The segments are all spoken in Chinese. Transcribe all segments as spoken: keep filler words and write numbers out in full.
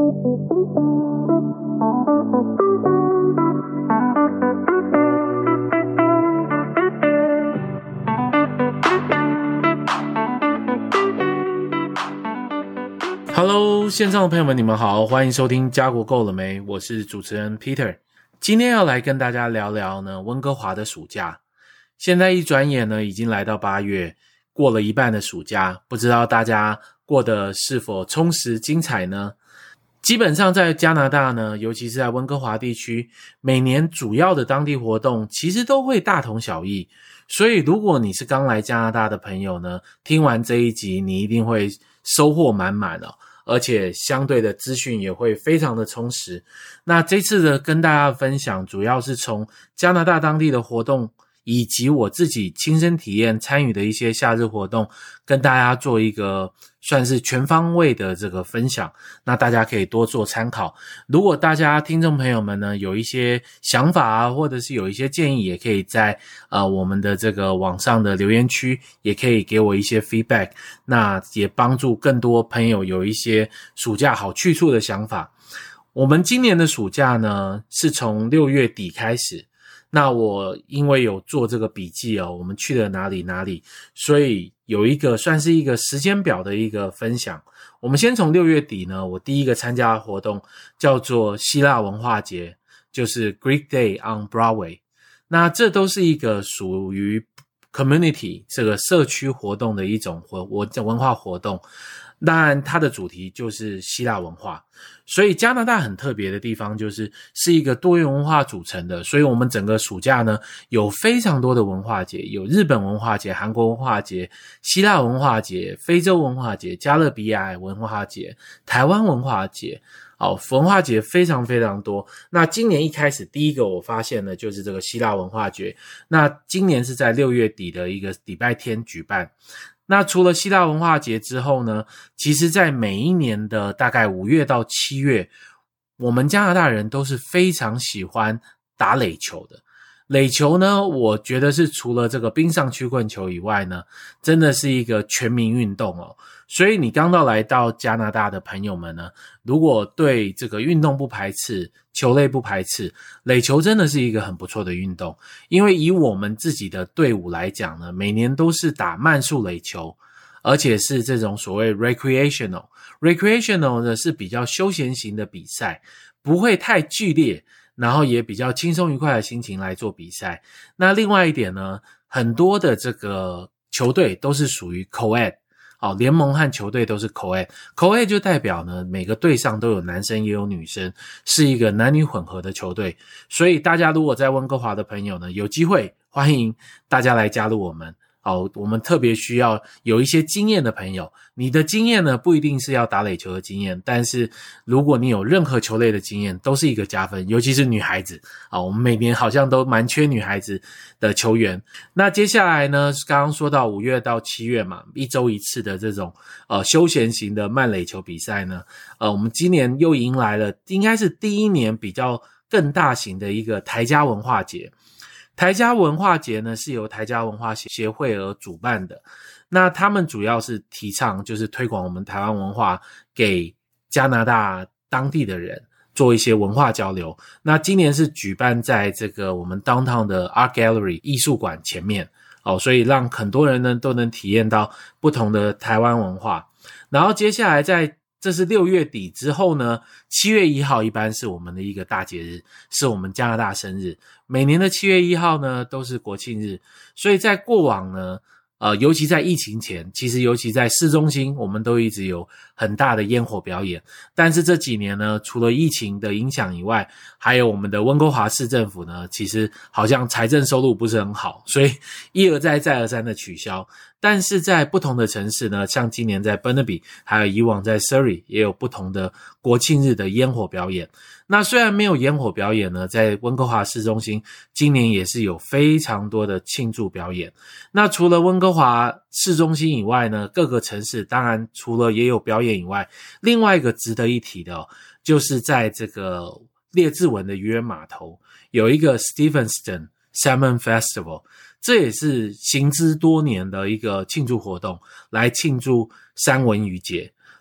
Hello， 线上的朋友们，你们好，欢迎收听家国够了没？我是主持人 Peter， 今天要来跟大家聊聊呢温哥华的暑假。现在一转眼呢，已经来到八月，过了一半的暑假，不知道大家过得是否充实精彩呢？基本上在加拿大呢，尤其是在温哥华地区，每年主要的当地活动其实都会大同小异。所以如果你是刚来加拿大的朋友呢，听完这一集你一定会收获满满哦，而且相对的资讯也会非常的充实。那这次的跟大家分享主要是从加拿大当地的活动以及我自己亲身体验参与的一些夏日活动，跟大家做一个算是全方位的这个分享，那大家可以多做参考。如果大家听众朋友们呢有一些想法啊，或者是有一些建议，也可以在呃我们的这个网上的留言区也可以给我一些 feedback， 那也帮助更多朋友有一些暑假好去处的想法。我们今年的暑假呢是从六月底开始，那我因为有做这个笔记哦，我们去了哪里哪里，所以有一个算是一个时间表的一个分享。我们先从六月底呢，我第一个参加的活动叫做希腊文化节，就是 Greek Day on Broadway。那这都是一个属于 community 这个社区活动的一种活文化活动。当然它的主题就是希腊文化，所以加拿大很特别的地方就是是一个多元文化组成的，所以我们整个暑假呢有非常多的文化节，有日本文化节、韩国文化节、希腊文化节、非洲文化节、加勒比亚文化节、台湾文化节，哦，文化节非常非常多。那今年一开始第一个我发现呢就是这个希腊文化节，那今年是在六月底的一个礼拜天举办。那除了希腊文化节之后呢，其实在每一年的大概五月到七月，我们加拿大人都是非常喜欢打垒球的。垒球呢，我觉得是除了这个冰上曲棍球以外呢，真的是一个全民运动哦。所以你刚到来到加拿大的朋友们呢，如果对这个运动不排斥，球类不排斥，垒球真的是一个很不错的运动。因为以我们自己的队伍来讲呢，每年都是打慢速垒球，而且是这种所谓 recreational recreational 的是比较休闲型的比赛，不会太剧烈，然后也比较轻松愉快的心情来做比赛。那另外一点呢，很多的这个球队都是属于 co-ed， 好，联盟和球队都是 co-ed， co-ed 就代表呢每个队上都有男生也有女生，是一个男女混合的球队。所以大家如果在温哥华的朋友呢，有机会欢迎大家来加入我们。好，我们特别需要有一些经验的朋友，你的经验呢不一定是要打垒球的经验，但是如果你有任何球类的经验都是一个加分，尤其是女孩子啊，我们每年好像都蛮缺女孩子的球员。那接下来呢，刚刚说到五月到七月嘛，一周一次的这种呃休闲型的慢垒球比赛呢，呃我们今年又迎来了应该是第一年比较更大型的一个台加文化节。台加文化节呢是由台加文化协会而主办的，那他们主要是提倡就是推广我们台湾文化给加拿大当地的人做一些文化交流。那今年是举办在这个我们 downtown 的 Art Gallery 艺术馆前面，哦，所以让很多人呢都能体验到不同的台湾文化。然后接下来在这是六月底之后呢，七月一号一般是我们的一个大节日，是我们加拿大生日。每年的七月一号呢都是国庆日，所以在过往呢呃，尤其在疫情前，其实尤其在市中心，我们都一直有很大的烟火表演。但是这几年呢，除了疫情的影响以外，还有我们的温哥华市政府呢，其实好像财政收入不是很好，所以一而再再而三的取消。但是在不同的城市呢，像今年在 Burnaby， 还有以往在 Surrey 也有不同的国庆日的烟火表演。那虽然没有烟火表演呢，在温哥华市中心今年也是有非常多的庆祝表演。那除了温哥华市中心以外呢，各个城市当然除了也有表演以外，另外一个值得一提的哦，就是在这个列治文的渔人码头有一个 Stevenston Salmon Festival， 这也是行之多年的一个庆祝活动，来庆祝三文鱼节。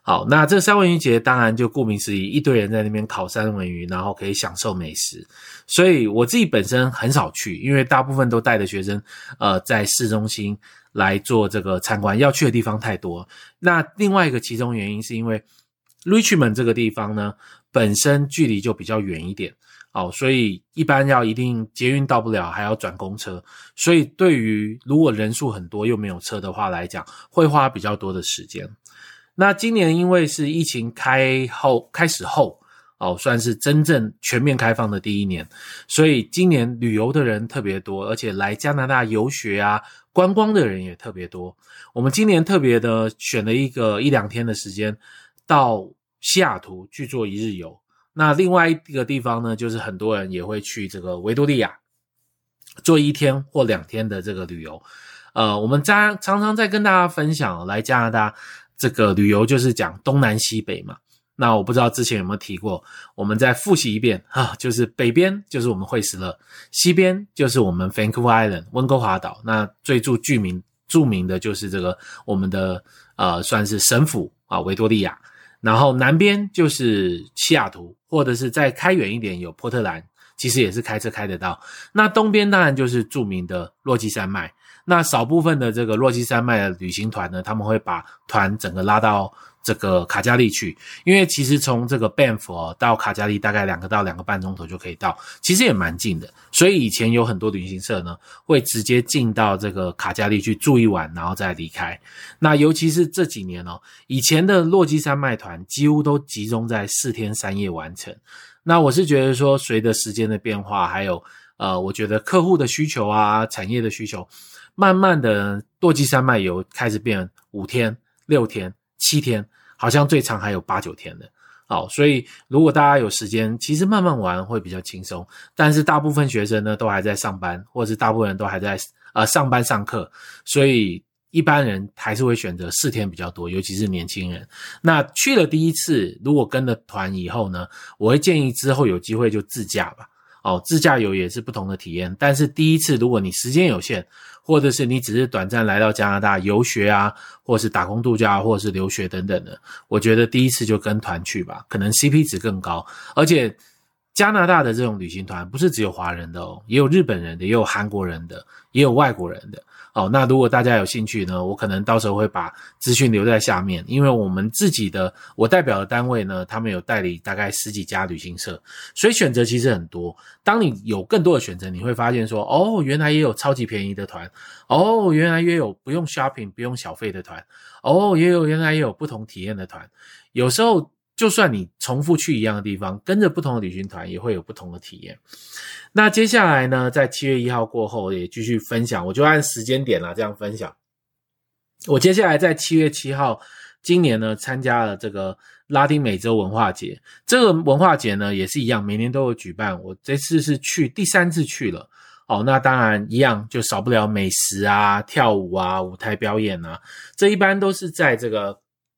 好，那这三文鱼节当然就顾名思义，一堆人在那边烤三文鱼，然后可以享受美食。所以我自己本身很少去，因为大部分都带着学生呃在市中心来做这个参观，要去的地方太多。那另外一个其中原因是因为 Richmond 这个地方呢本身距离就比较远一点，哦，所以一般要一定捷运到不了，还要转公车，所以对于如果人数很多又没有车的话来讲，会花比较多的时间。那今年因为是疫情开后开始后哦，算是真正全面开放的第一年，所以今年旅游的人特别多，而且来加拿大游学啊观光的人也特别多。我们今年特别的选了一个一两天的时间到西雅图去做一日游。那另外一个地方呢，就是很多人也会去这个维多利亚做一天或两天的这个旅游。呃，我们常常常在跟大家分享来加拿大这个旅游就是讲东南西北嘛。那我不知道之前有没有提过，我们再复习一遍啊，就是北边就是我们惠斯勒，西边就是我们 Vancouver Island 温哥华岛，那最著著名著名的就是这个我们的呃算是省府啊维多利亚，然后南边就是西雅图，或者是再开远一点有波特兰，其实也是开车开得到。那东边当然就是著名的落基山脉，那少部分的这个落基山脉的旅行团呢，他们会把团整个拉到这个卡加利去，因为其实从这个 Banff 哦到卡加利大概两个到两个半钟头就可以到，其实也蛮近的。所以以前有很多旅行社呢会直接进到这个卡加利去住一晚，然后再离开。那尤其是这几年哦，以前的落基山脉团几乎都集中在四天三夜完成。那我是觉得说，随着时间的变化，还有呃，我觉得客户的需求啊，产业的需求，慢慢的落基山脉游开始变五天、六天、七天，好像最长还有八九天的。好，所以如果大家有时间，其实慢慢玩会比较轻松。但是大部分学生呢都还在上班，或者是大部分人都还在呃上班上课，所以一般人还是会选择四天比较多，尤其是年轻人。那去了第一次，如果跟了团以后呢，我会建议之后有机会就自驾吧。哦，自驾游也是不同的体验，但是第一次如果你时间有限，或者是你只是短暂来到加拿大游学啊，或者是打工度假，或者是留学等等的，我觉得第一次就跟团去吧，可能 C P 值更高。而且加拿大的这种旅行团不是只有华人的哦，也有日本人的，也有韩国人的，也有外国人的。哦，那如果大家有兴趣呢，我可能到时候会把资讯留在下面，因为我们自己的我代表的单位呢，他们有代理大概十几家旅行社，所以选择其实很多。当你有更多的选择，你会发现说，哦，原来也有超级便宜的团，哦，原来也有不用 shopping 不用小费的团，哦，也有原来也有不同体验的团。有时候就算你重复去一样的地方，跟着不同的旅行团也会有不同的体验。那接下来呢，在七月一号过后也继续分享，我就按时间点啦这样分享。我接下来在七月七号今年呢参加了这个拉丁美洲文化节。这个文化节呢也是一样，每年都有举办，我这次是去第三次去了。哦，那当然一样就少不了美食啊、跳舞啊、舞台表演啊，这一般都是在这个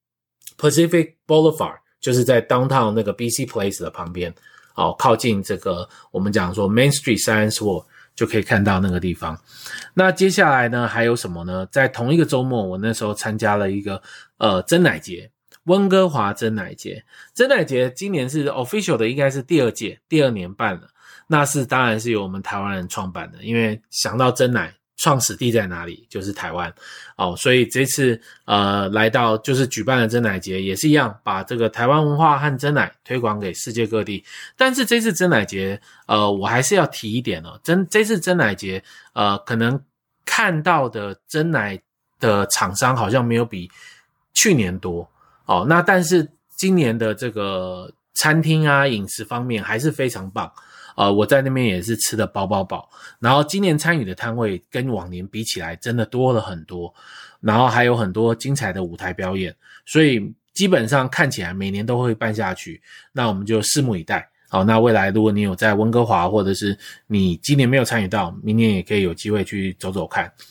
Pacific Boulevard， 就是在 downtown 那个 B C Place 的旁边。哦，靠近这个我们讲说 Main Street Science World 就可以看到那个地方。那接下来呢还有什么呢？在同一个周末，我那时候参加了一个呃珍奶节，温哥华珍奶节。珍奶节今年是 official 的，应该是第二届，第二年办了。那是当然是由我们台湾人创办的，因为想到珍奶创始地在哪里，就是台湾哦，所以这次呃来到就是举办了珍奶节，也是一样把这个台湾文化和珍奶推广给世界各地。但是这次珍奶节呃我还是要提一点哦，真这次珍奶节呃可能看到的珍奶的厂商好像没有比去年多哦，那但是今年的这个餐厅啊饮食方面还是非常棒。呃，我在那边也是吃得饱饱饱，然后今年参与的摊位跟往年比起来真的多了很多，然后还有很多精彩的舞台表演，所以基本上看起来每年都会办下去，那我们就拭目以待。好，那未来如果你有在温哥华，或者是你今年没有参与到，明年也可以有机会去走走看。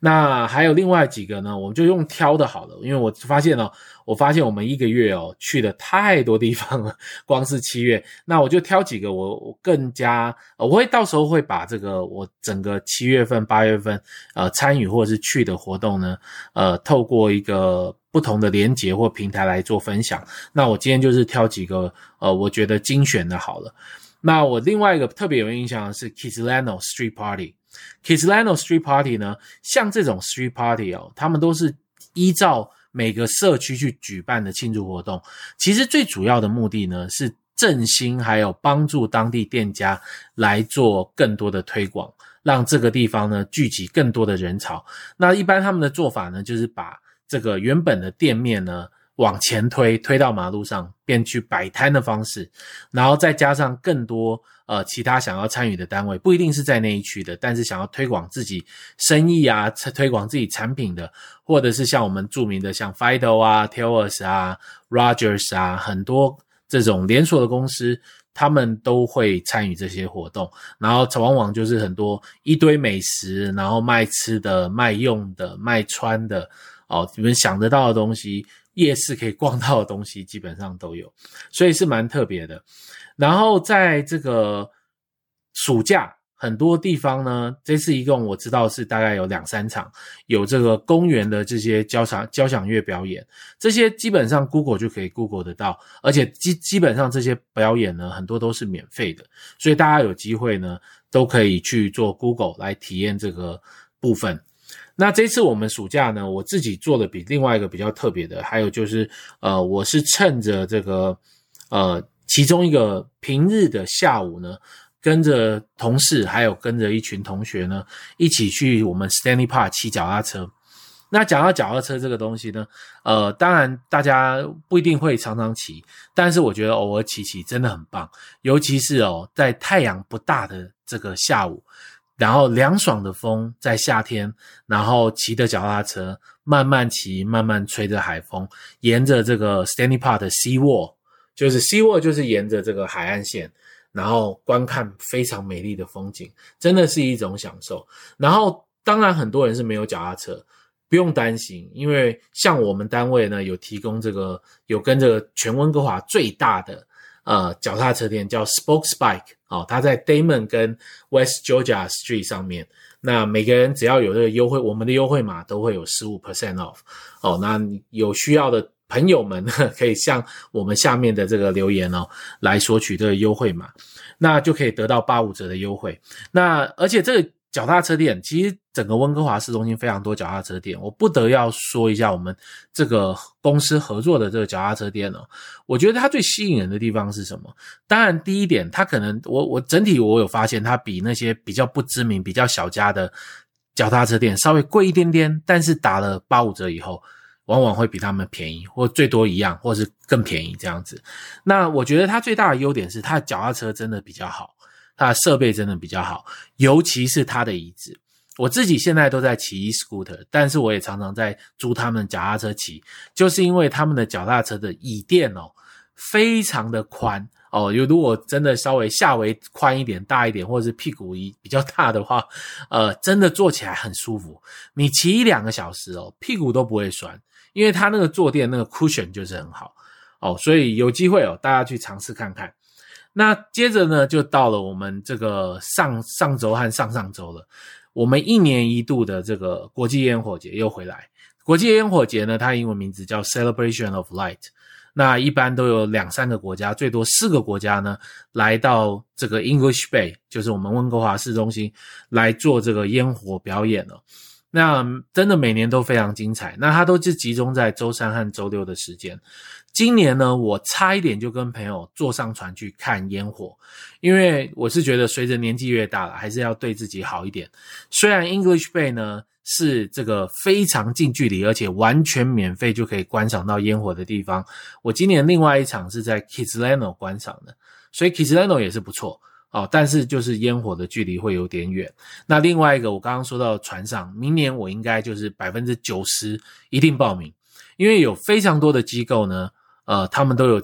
那还有另外几个呢，我们就用挑的好了，因为我发现哦，我发现我们一个月哦去了太多地方了，光是七月，那我就挑几个我我更加，我会到时候会把这个我整个七月份、八月份呃参与或者是去的活动呢，呃，透过一个不同的连结或平台来做分享。那我今天就是挑几个呃，我觉得精选的好了。那我另外一个特别有印象的是 Kitsilano Street Party。Kitsilano Street Party 呢，像这种 Street Party 哦，他们都是依照每个社区去举办的庆祝活动。其实最主要的目的呢，是振兴还有帮助当地店家来做更多的推广，让这个地方呢聚集更多的人潮。那一般他们的做法呢，就是把这个原本的店面呢往前推，推到马路上，变去摆摊的方式，然后再加上更多呃其他想要参与的单位，不一定是在那一区的，但是想要推广自己生意啊，推广自己产品的，或者是像我们著名的像 Fido 啊、Taylors 啊、Rogers 啊，很多这种连锁的公司，他们都会参与这些活动，然后往往就是很多一堆美食，然后卖吃的、卖用的、卖穿的，哦，你们想得到的东西，夜市可以逛到的东西基本上都有，所以是蛮特别的。然后在这个暑假，很多地方呢，这次一共我知道是大概有两三场，有这个公园的这些交响交响乐表演，这些基本上 Google 就可以 Google 得到，而且基基本上这些表演呢，很多都是免费的，所以大家有机会呢，都可以去做 Google 来体验这个部分。那这次我们暑假呢，我自己做的比另外一个比较特别的，还有就是呃，我是趁着这个呃其中一个平日的下午呢，跟着同事还有跟着一群同学呢，一起去我们 Stanley Park 骑脚踏车。那讲到脚踏车这个东西呢，呃，当然大家不一定会常常骑，但是我觉得偶尔骑骑真的很棒，尤其是哦，在太阳不大的这个下午，然后凉爽的风在夏天，然后骑着脚踏车慢慢骑，慢慢吹着海风，沿着这个 Stanley Park 的 Sea Wall， 就是 Sea Wall 就是沿着这个海岸线，然后观看非常美丽的风景，真的是一种享受。然后当然很多人是没有脚踏车，不用担心，因为像我们单位呢有提供这个，有跟这个全温哥华最大的呃脚踏车店叫 Spokes Bike， 哦，它在 Damon 跟 West Georgia Street 上面，那每个人只要有这个优惠，我们的优惠码都会有 百分之十五 off， 哦，那有需要的朋友们可以向我们下面的这个留言哦来索取这个优惠码，那就可以得到八五折的优惠。那而且这个脚踏车店，其实整个温哥华市中心非常多脚踏车店，我不得要说一下我们这个公司合作的这个脚踏车店哦。我觉得它最吸引人的地方是什么？当然第一点，它可能我我整体我有发现它比那些比较不知名、比较小家的脚踏车店稍微贵一点点，但是打了八五折以后，往往会比他们便宜，或最多一样，或是更便宜这样子。那我觉得它最大的优点是它的脚踏车真的比较好，它的设备真的比较好，尤其是它的椅子。我自己现在都在骑 e-scooter， 但是我也常常在租他们脚踏车骑，就是因为他们的脚踏车的椅垫哦，非常的宽哦，如果真的稍微下围宽一点、大一点，或者是屁股比较大的话，呃，真的坐起来很舒服。你骑一两个小时哦，屁股都不会酸，因为它那个坐垫那个 cushion 就是很好哦，所以有机会哦，大家去尝试看看。那接着呢，就到了我们这个上上周和上上周了。我们一年一度的这个国际烟火节又回来。国际烟火节呢，它英文名字叫 Celebration of Light。那一般都有两三个国家，最多四个国家呢，来到这个 English Bay， 就是我们温哥华市中心来做这个烟火表演了。那真的每年都非常精彩。那它都是集中在周三和周六的时间。今年呢，我差一点就跟朋友坐上船去看烟火，因为我是觉得随着年纪越大了，还是要对自己好一点。虽然 English Bay 呢是这个非常近距离，而且完全免费就可以观赏到烟火的地方，我今年另外一场是在 Kitsilano 观赏的，所以 Kitsilano 也是不错哦，但是就是烟火的距离会有点远。那另外一个我刚刚说到船上，明年我应该就是 百分之九十 一定报名，因为有非常多的机构呢，呃，他们都有在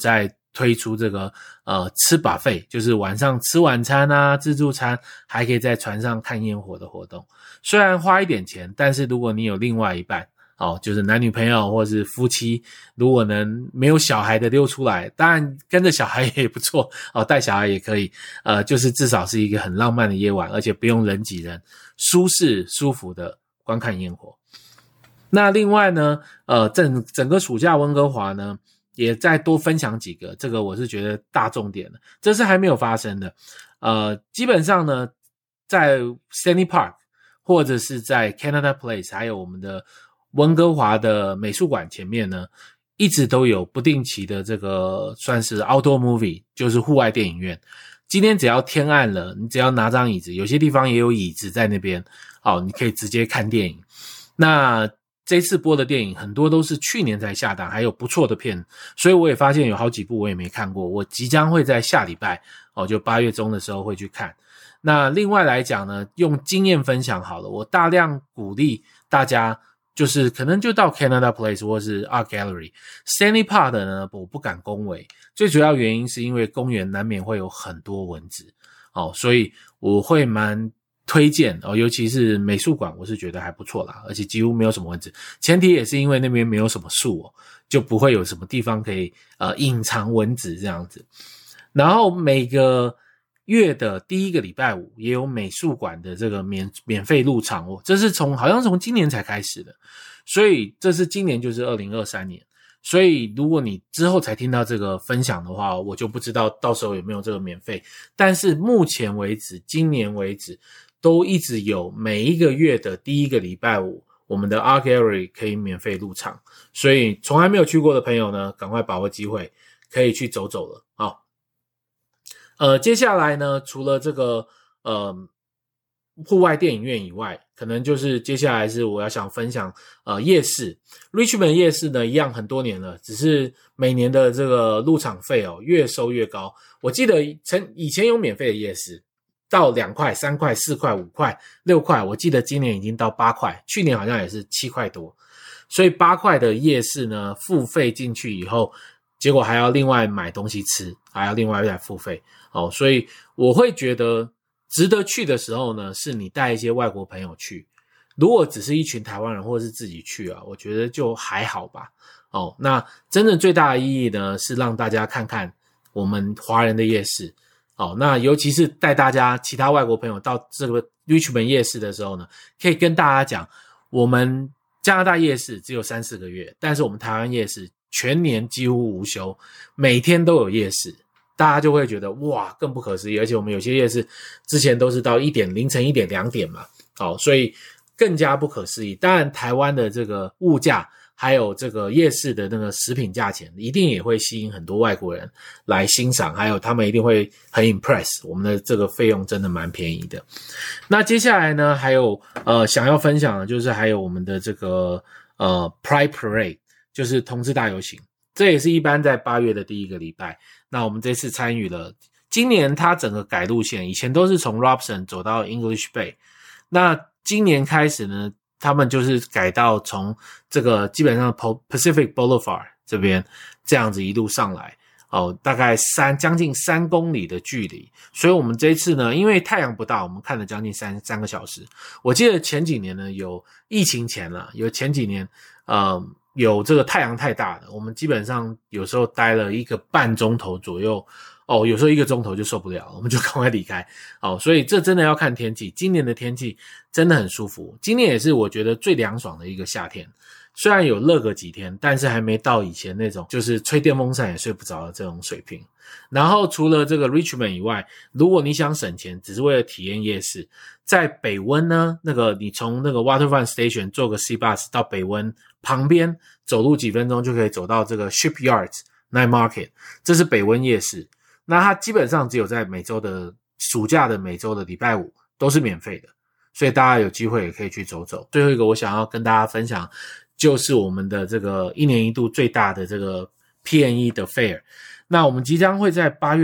推出这个呃吃 buffet， 就是晚上吃晚餐啊，自助餐，还可以在船上看烟火的活动。虽然花一点钱，但是如果你有另外一半哦，就是男女朋友或是夫妻，如果能没有小孩的溜出来，当然跟着小孩也不错哦，带小孩也可以，呃，就是至少是一个很浪漫的夜晚，而且不用人挤人，舒适舒服的观看烟火。那另外呢，呃，整整个暑假温哥华呢，也再多分享几个，这个我是觉得大重点的，这是还没有发生的。呃，基本上呢，在 Stanley Park 或者是在 Canada Place， 还有我们的温哥华的美术馆前面呢，一直都有不定期的这个算是 outdoor movie， 就是户外电影院。今天只要天暗了，你只要拿张椅子，有些地方也有椅子在那边，哦，你可以直接看电影。那这次播的电影很多都是去年才下档，还有不错的片，所以我也发现有好几部我也没看过，我即将会在下礼拜哦，就八月中的时候会去看。那另外来讲呢，用经验分享好了，我大量鼓励大家，就是可能就到 Canada Place 或是 Art Gallery。Stanley Park 呢，我不敢恭维，最主要原因是因为公园难免会有很多蚊子哦，所以我会蛮推荐哦，尤其是美术馆，我是觉得还不错啦，而且几乎没有什么蚊子。前提也是因为那边没有什么树哦，就不会有什么地方可以呃隐藏蚊子这样子。然后每个月的第一个礼拜五也有美术馆的这个免免费入场哦，这是从好像从今年才开始的，所以这是今年就是二零二三年。所以如果你之后才听到这个分享的话，我就不知道到时候有没有这个免费。但是目前为止，今年为止都一直有每一个月的第一个礼拜五，我们的 Art Gallery 可以免费入场，所以从来没有去过的朋友呢，赶快把握机会，可以去走走了。好，呃，接下来呢，除了这个呃户外电影院以外，可能就是接下来是我要想分享呃夜市 Richmond 夜市呢，一样很多年了，只是每年的这个入场费哦越收越高。我记得曾以前有免费的夜市，到两块、三块、四块、五块、六块，我记得今年已经到八块，去年好像也是七块多。所以八块的夜市呢，付费进去以后，结果还要另外买东西吃，还要另外再付费。哦，所以我会觉得值得去的时候呢，是你带一些外国朋友去。如果只是一群台湾人或者是自己去啊，我觉得就还好吧。哦，那真正最大的意义呢，是让大家看看我们华人的夜市。哦，那尤其是带大家其他外国朋友到这个 Richmond 夜市的时候呢，可以跟大家讲，我们加拿大夜市只有三四个月，但是我们台湾夜市全年几乎无休，每天都有夜市，大家就会觉得哇，更不可思议。而且我们有些夜市之前都是到一点凌晨一点两点嘛，哦，所以更加不可思议。当然台湾的这个物价还有这个夜市的那个食品价钱，一定也会吸引很多外国人来欣赏，还有他们一定会很 impress， 我们的这个费用真的蛮便宜的。那接下来呢，还有呃想要分享的就是还有我们的这个呃 Pride Parade， 就是同志大游行，这也是一般在八月的第一个礼拜。那我们这次参与了，今年它整个改路线，以前都是从 Robson 走到 English Bay， 那今年开始呢，他们就是改到从这个基本上 Pacific Boulevard 这边这样子一路上来哦，大概三将近三公里的距离。所以我们这一次呢，因为太阳不大，我们看了将近三三个小时。我记得前几年呢，有疫情前了，有前几年呃有这个太阳太大的，我们基本上有时候待了一个半钟头左右。哦，有时候一个钟头就受不了，我们就赶快离开。哦，所以这真的要看天气。今年的天气真的很舒服，今年也是我觉得最凉爽的一个夏天。虽然有热个几天，但是还没到以前那种就是吹电风扇也睡不着的这种水平。然后除了这个 Richmond 以外，如果你想省钱，只是为了体验夜市，在北温呢，那个你从那个 Waterfront Station 坐个 C Bus 到北温旁边，走路几分钟就可以走到这个 Shipyards Night Market， 这是北温夜市。那它基本上只有在每周的暑假的每周的礼拜五都是免费的，所以大家有机会也可以去走走。最后一个我想要跟大家分享，就是我们的这个一年一度最大的这个 P N E 的 Fair。那我们即将会在八月底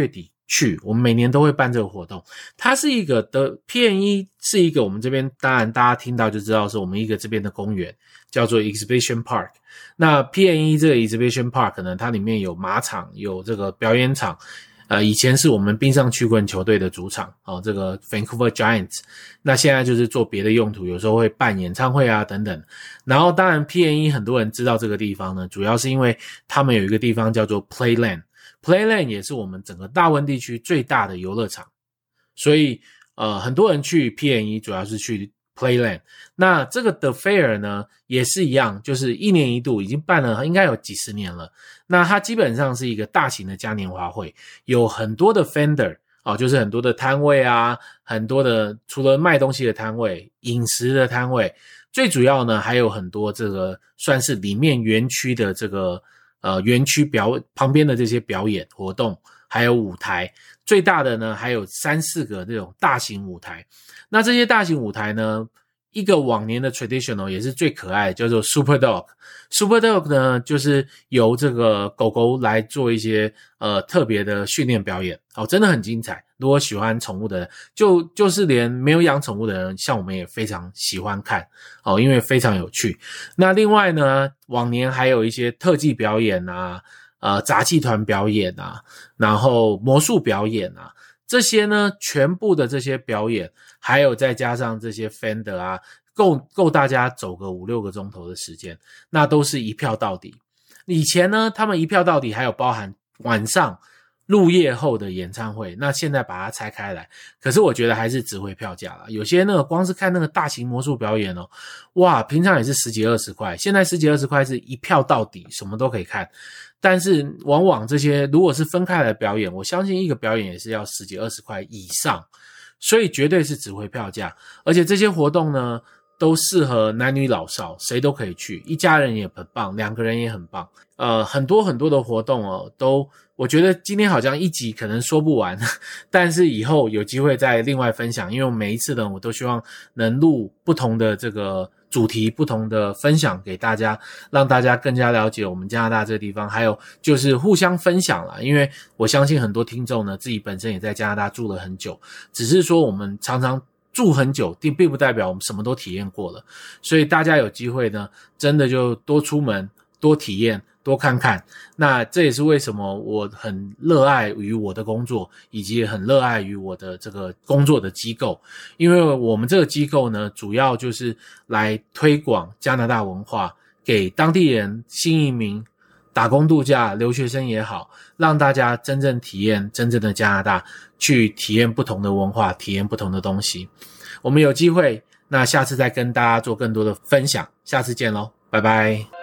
去，我们每年都会办这个活动。它是一个的 P N E 是一个我们这边当然大家听到就知道是我们一个这边的公园叫做 Exhibition Park。那 P N E 这个 Exhibition Park 呢，它里面有马场，有这个表演场。呃，以前是我们冰上曲棍球队的主场哦，这个 Vancouver Giants。那现在就是做别的用途，有时候会办演唱会啊等等。然后当然 P N E 很多人知道这个地方呢，主要是因为他们有一个地方叫做 Playland。Playland 也是我们整个大温地区最大的游乐场，所以呃很多人去 P N E 主要是去 Playland。那这个 The Fair 呢也是一样，就是一年一度，已经办了应该有几十年了。那它基本上是一个大型的嘉年华会，有很多的 vendor 哦，就是很多的摊位啊，很多的除了卖东西的摊位，饮食的摊位，最主要呢还有很多这个算是里面园区的这个呃园区表旁边的这些表演活动，还有舞台。最大的呢还有三四个这种大型舞台。那这些大型舞台呢，一个往年的 traditional 也是最可爱的，叫做 Super Dog。Super Dog 呢，就是由这个狗狗来做一些呃特别的训练表演，哦，真的很精彩。如果喜欢宠物的人，就就是连没有养宠物的人，像我们也非常喜欢看哦，因为非常有趣。那另外呢，往年还有一些特技表演啊，呃，杂技团表演啊，然后魔术表演啊。这些呢，全部的这些表演，还有再加上这些 vendor 啊，够够大家走个五六个钟头的时间，那都是一票到底。以前呢，他们一票到底还有包含晚上入夜后的演唱会，那现在把它拆开来，可是我觉得还是值回票价啦。有些那个光是看那个大型魔术表演哦，哇，平常也是十几二十块，现在十几二十块是一票到底，什么都可以看。但是往往这些如果是分开来的表演，我相信一个表演也是要十几二十块以上，所以绝对是值回票价。而且这些活动呢，都适合男女老少，谁都可以去，一家人也很棒，两个人也很棒。呃，很多很多的活动哦，都我觉得今天好像一集可能说不完，但是以后有机会再另外分享，因为我每一次呢，我都希望能录不同的这个主题，不同的分享给大家，让大家更加了解我们加拿大这个地方，还有就是互相分享啦。因为我相信很多听众呢，自己本身也在加拿大住了很久，只是说我们常常住很久，并不代表我们什么都体验过了，所以大家有机会呢，真的就多出门，多体验，多看看。那这也是为什么我很热爱于我的工作，以及很热爱于我的这个工作的机构。因为我们这个机构呢，主要就是来推广加拿大文化，给当地人、新移民、打工度假、留学生也好，让大家真正体验真正的加拿大，去体验不同的文化，体验不同的东西。我们有机会，那下次再跟大家做更多的分享，下次见咯，拜拜。